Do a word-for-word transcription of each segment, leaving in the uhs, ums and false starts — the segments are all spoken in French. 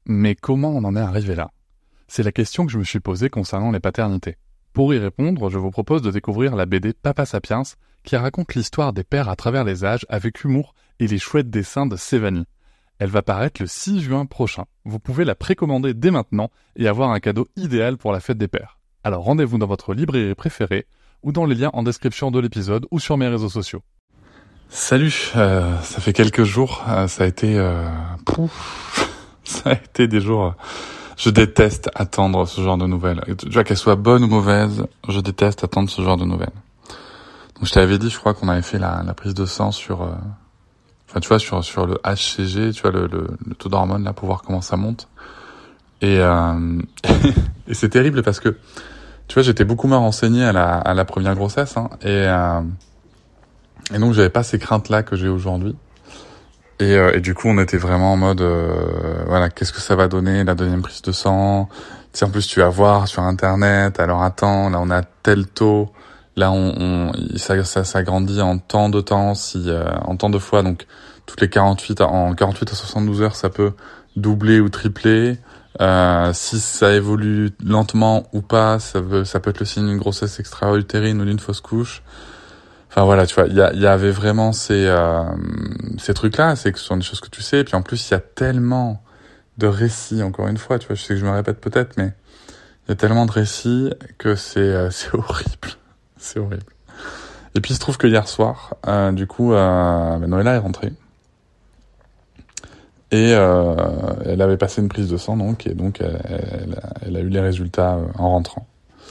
Mais comment on en est arrivé là ? C'est la question que je me suis posée concernant les paternités. Pour y répondre, je vous propose de découvrir la B D Papa Sapiens, qui raconte l'histoire des pères à travers les âges avec humour et les chouettes dessins de Sévanie. Elle va paraître le six juin prochain. Vous pouvez la précommander dès maintenant et avoir un cadeau idéal pour la fête des pères. Alors rendez-vous dans votre librairie préférée ou dans les liens en description de l'épisode ou sur mes réseaux sociaux. Salut, euh, ça fait quelques jours, euh, ça a été... Euh, pouf, ça a été des jours... Euh, je déteste attendre ce genre de nouvelles. Tu vois, qu'elles soient bonnes ou mauvaises, je déteste attendre ce genre de nouvelles. Donc je t'avais dit, je crois qu'on avait fait la, la prise de sang sur... Euh, enfin tu vois, sur sur le H C G, tu vois, le, le, le taux d'hormones, là, pour voir comment ça monte. Et, euh, et c'est terrible parce que, tu vois, j'étais beaucoup moins renseigné à la, à la première grossesse, hein, et... Euh, Et donc j'avais pas ces craintes-là que j'ai aujourd'hui. Et, euh, et du coup on était vraiment en mode, euh, voilà, qu'est-ce que ça va donner la deuxième prise de sang. Tu sais, en plus tu vas voir sur internet, alors attends, là on a tel taux, là on, on ça, ça, ça grandit en tant de temps, si, euh, en tant de fois, donc toutes les quarante-huit, en quarante-huit à soixante-douze heures ça peut doubler ou tripler. Euh, si ça évolue lentement ou pas, ça, veut, ça peut être le signe d'une grossesse extra-utérine ou d'une fausse couche. Enfin voilà, tu vois, il y, y avait vraiment ces euh, ces trucs-là, c'est que ce sont des choses que tu sais. Et puis en plus, il y a tellement de récits, encore une fois, tu vois, je sais que je me répète peut-être, mais il y a tellement de récits que c'est euh, c'est horrible, c'est horrible. Et puis il se trouve que hier soir, euh, du coup, euh, ben Noëlla est rentrée et euh, elle avait passé une prise de sang, donc et donc elle, elle, elle a eu les résultats en rentrant.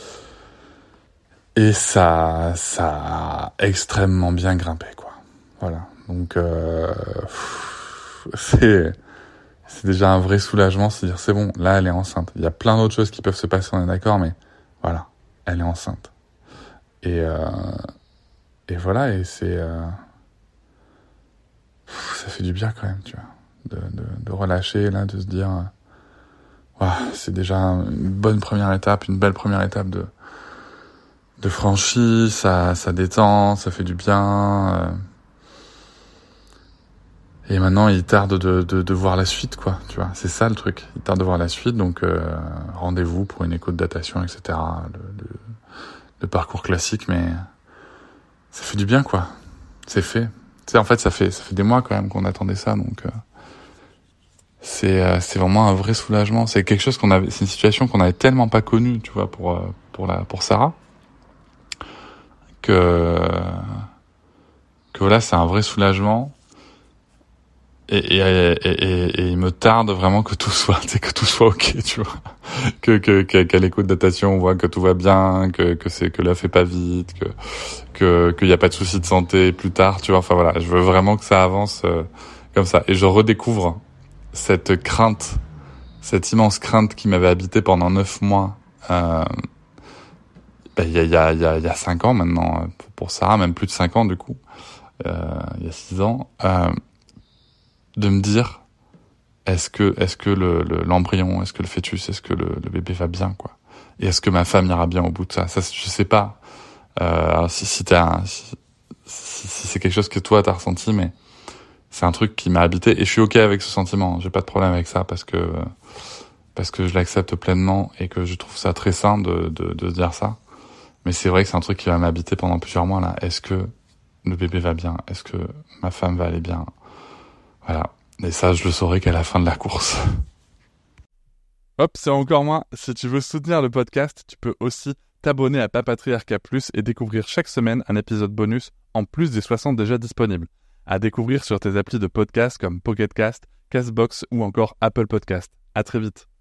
Et ça, ça a extrêmement bien grimpé, quoi. Voilà. Donc, euh, c'est, c'est déjà un vrai soulagement, c'est dire, c'est bon, là, elle est enceinte. Il y a plein d'autres choses qui peuvent se passer, on est d'accord, mais voilà, elle est enceinte. Et, euh, et voilà, et c'est, euh, ça fait du bien quand même, tu vois, de, de, de relâcher, là, de se dire, euh, ouais, c'est déjà une bonne première étape, une belle première étape de, de franchie, ça, ça détend, ça fait du bien. Euh... Et maintenant, il tarde de, de, de voir la suite, quoi. Tu vois, c'est ça le truc. Il tarde de voir la suite, donc euh, rendez-vous pour une écho de datation, et cetera. Le, le, le parcours classique, mais ça fait du bien, quoi. C'est fait. Tu sais, en fait, ça fait ça fait des mois quand même qu'on attendait ça, donc euh, c'est euh, c'est vraiment un vrai soulagement. C'est quelque chose qu'on avait, c'est une situation qu'on avait tellement pas connue, tu vois, pour euh, pour la pour Sarah. que que voilà, c'est un vrai soulagement et et, et et et il me tarde vraiment que tout soit, tu sais, que tout soit ok, tu vois, que que qu'à l'écho de datation on voit que tout va bien, que que c'est que l'œuf est pas vide, que que qu'il y a pas de souci de santé plus tard, tu vois. Enfin voilà, je veux vraiment que ça avance euh, comme ça, et je redécouvre cette crainte, cette immense crainte qui m'avait habité pendant neuf mois. Euh, Ben, il y a, il y a, il y a, il y a cinq ans maintenant, pour Sarah, même plus de cinq ans, du coup, euh, il y a six ans, euh, de me dire, est-ce que, est-ce que le, le, l'embryon, est-ce que le fœtus, est-ce que le, le bébé va bien, quoi? Et est-ce que ma femme ira bien au bout de ça? Ça, je sais pas, euh, si, si t'as, si, si, si c'est quelque chose que toi t'as ressenti, mais c'est un truc qui m'a habité, et je suis ok avec ce sentiment, j'ai pas de problème avec ça, parce que, parce que je l'accepte pleinement, et que je trouve ça très sain de, de, de se dire ça. Mais c'est vrai que c'est un truc qui va m'habiter pendant plusieurs mois, là. Est-ce que le bébé va bien? Est-ce que ma femme va aller bien? Voilà. Et ça, je le saurai qu'à la fin de la course. Hop, c'est encore moins. Si tu veux soutenir le podcast, tu peux aussi t'abonner à Papatriarcat Plus et découvrir chaque semaine un épisode bonus en plus des soixante déjà disponibles. À découvrir sur tes applis de podcast comme Pocket Cast, Castbox ou encore Apple Podcast. À très vite.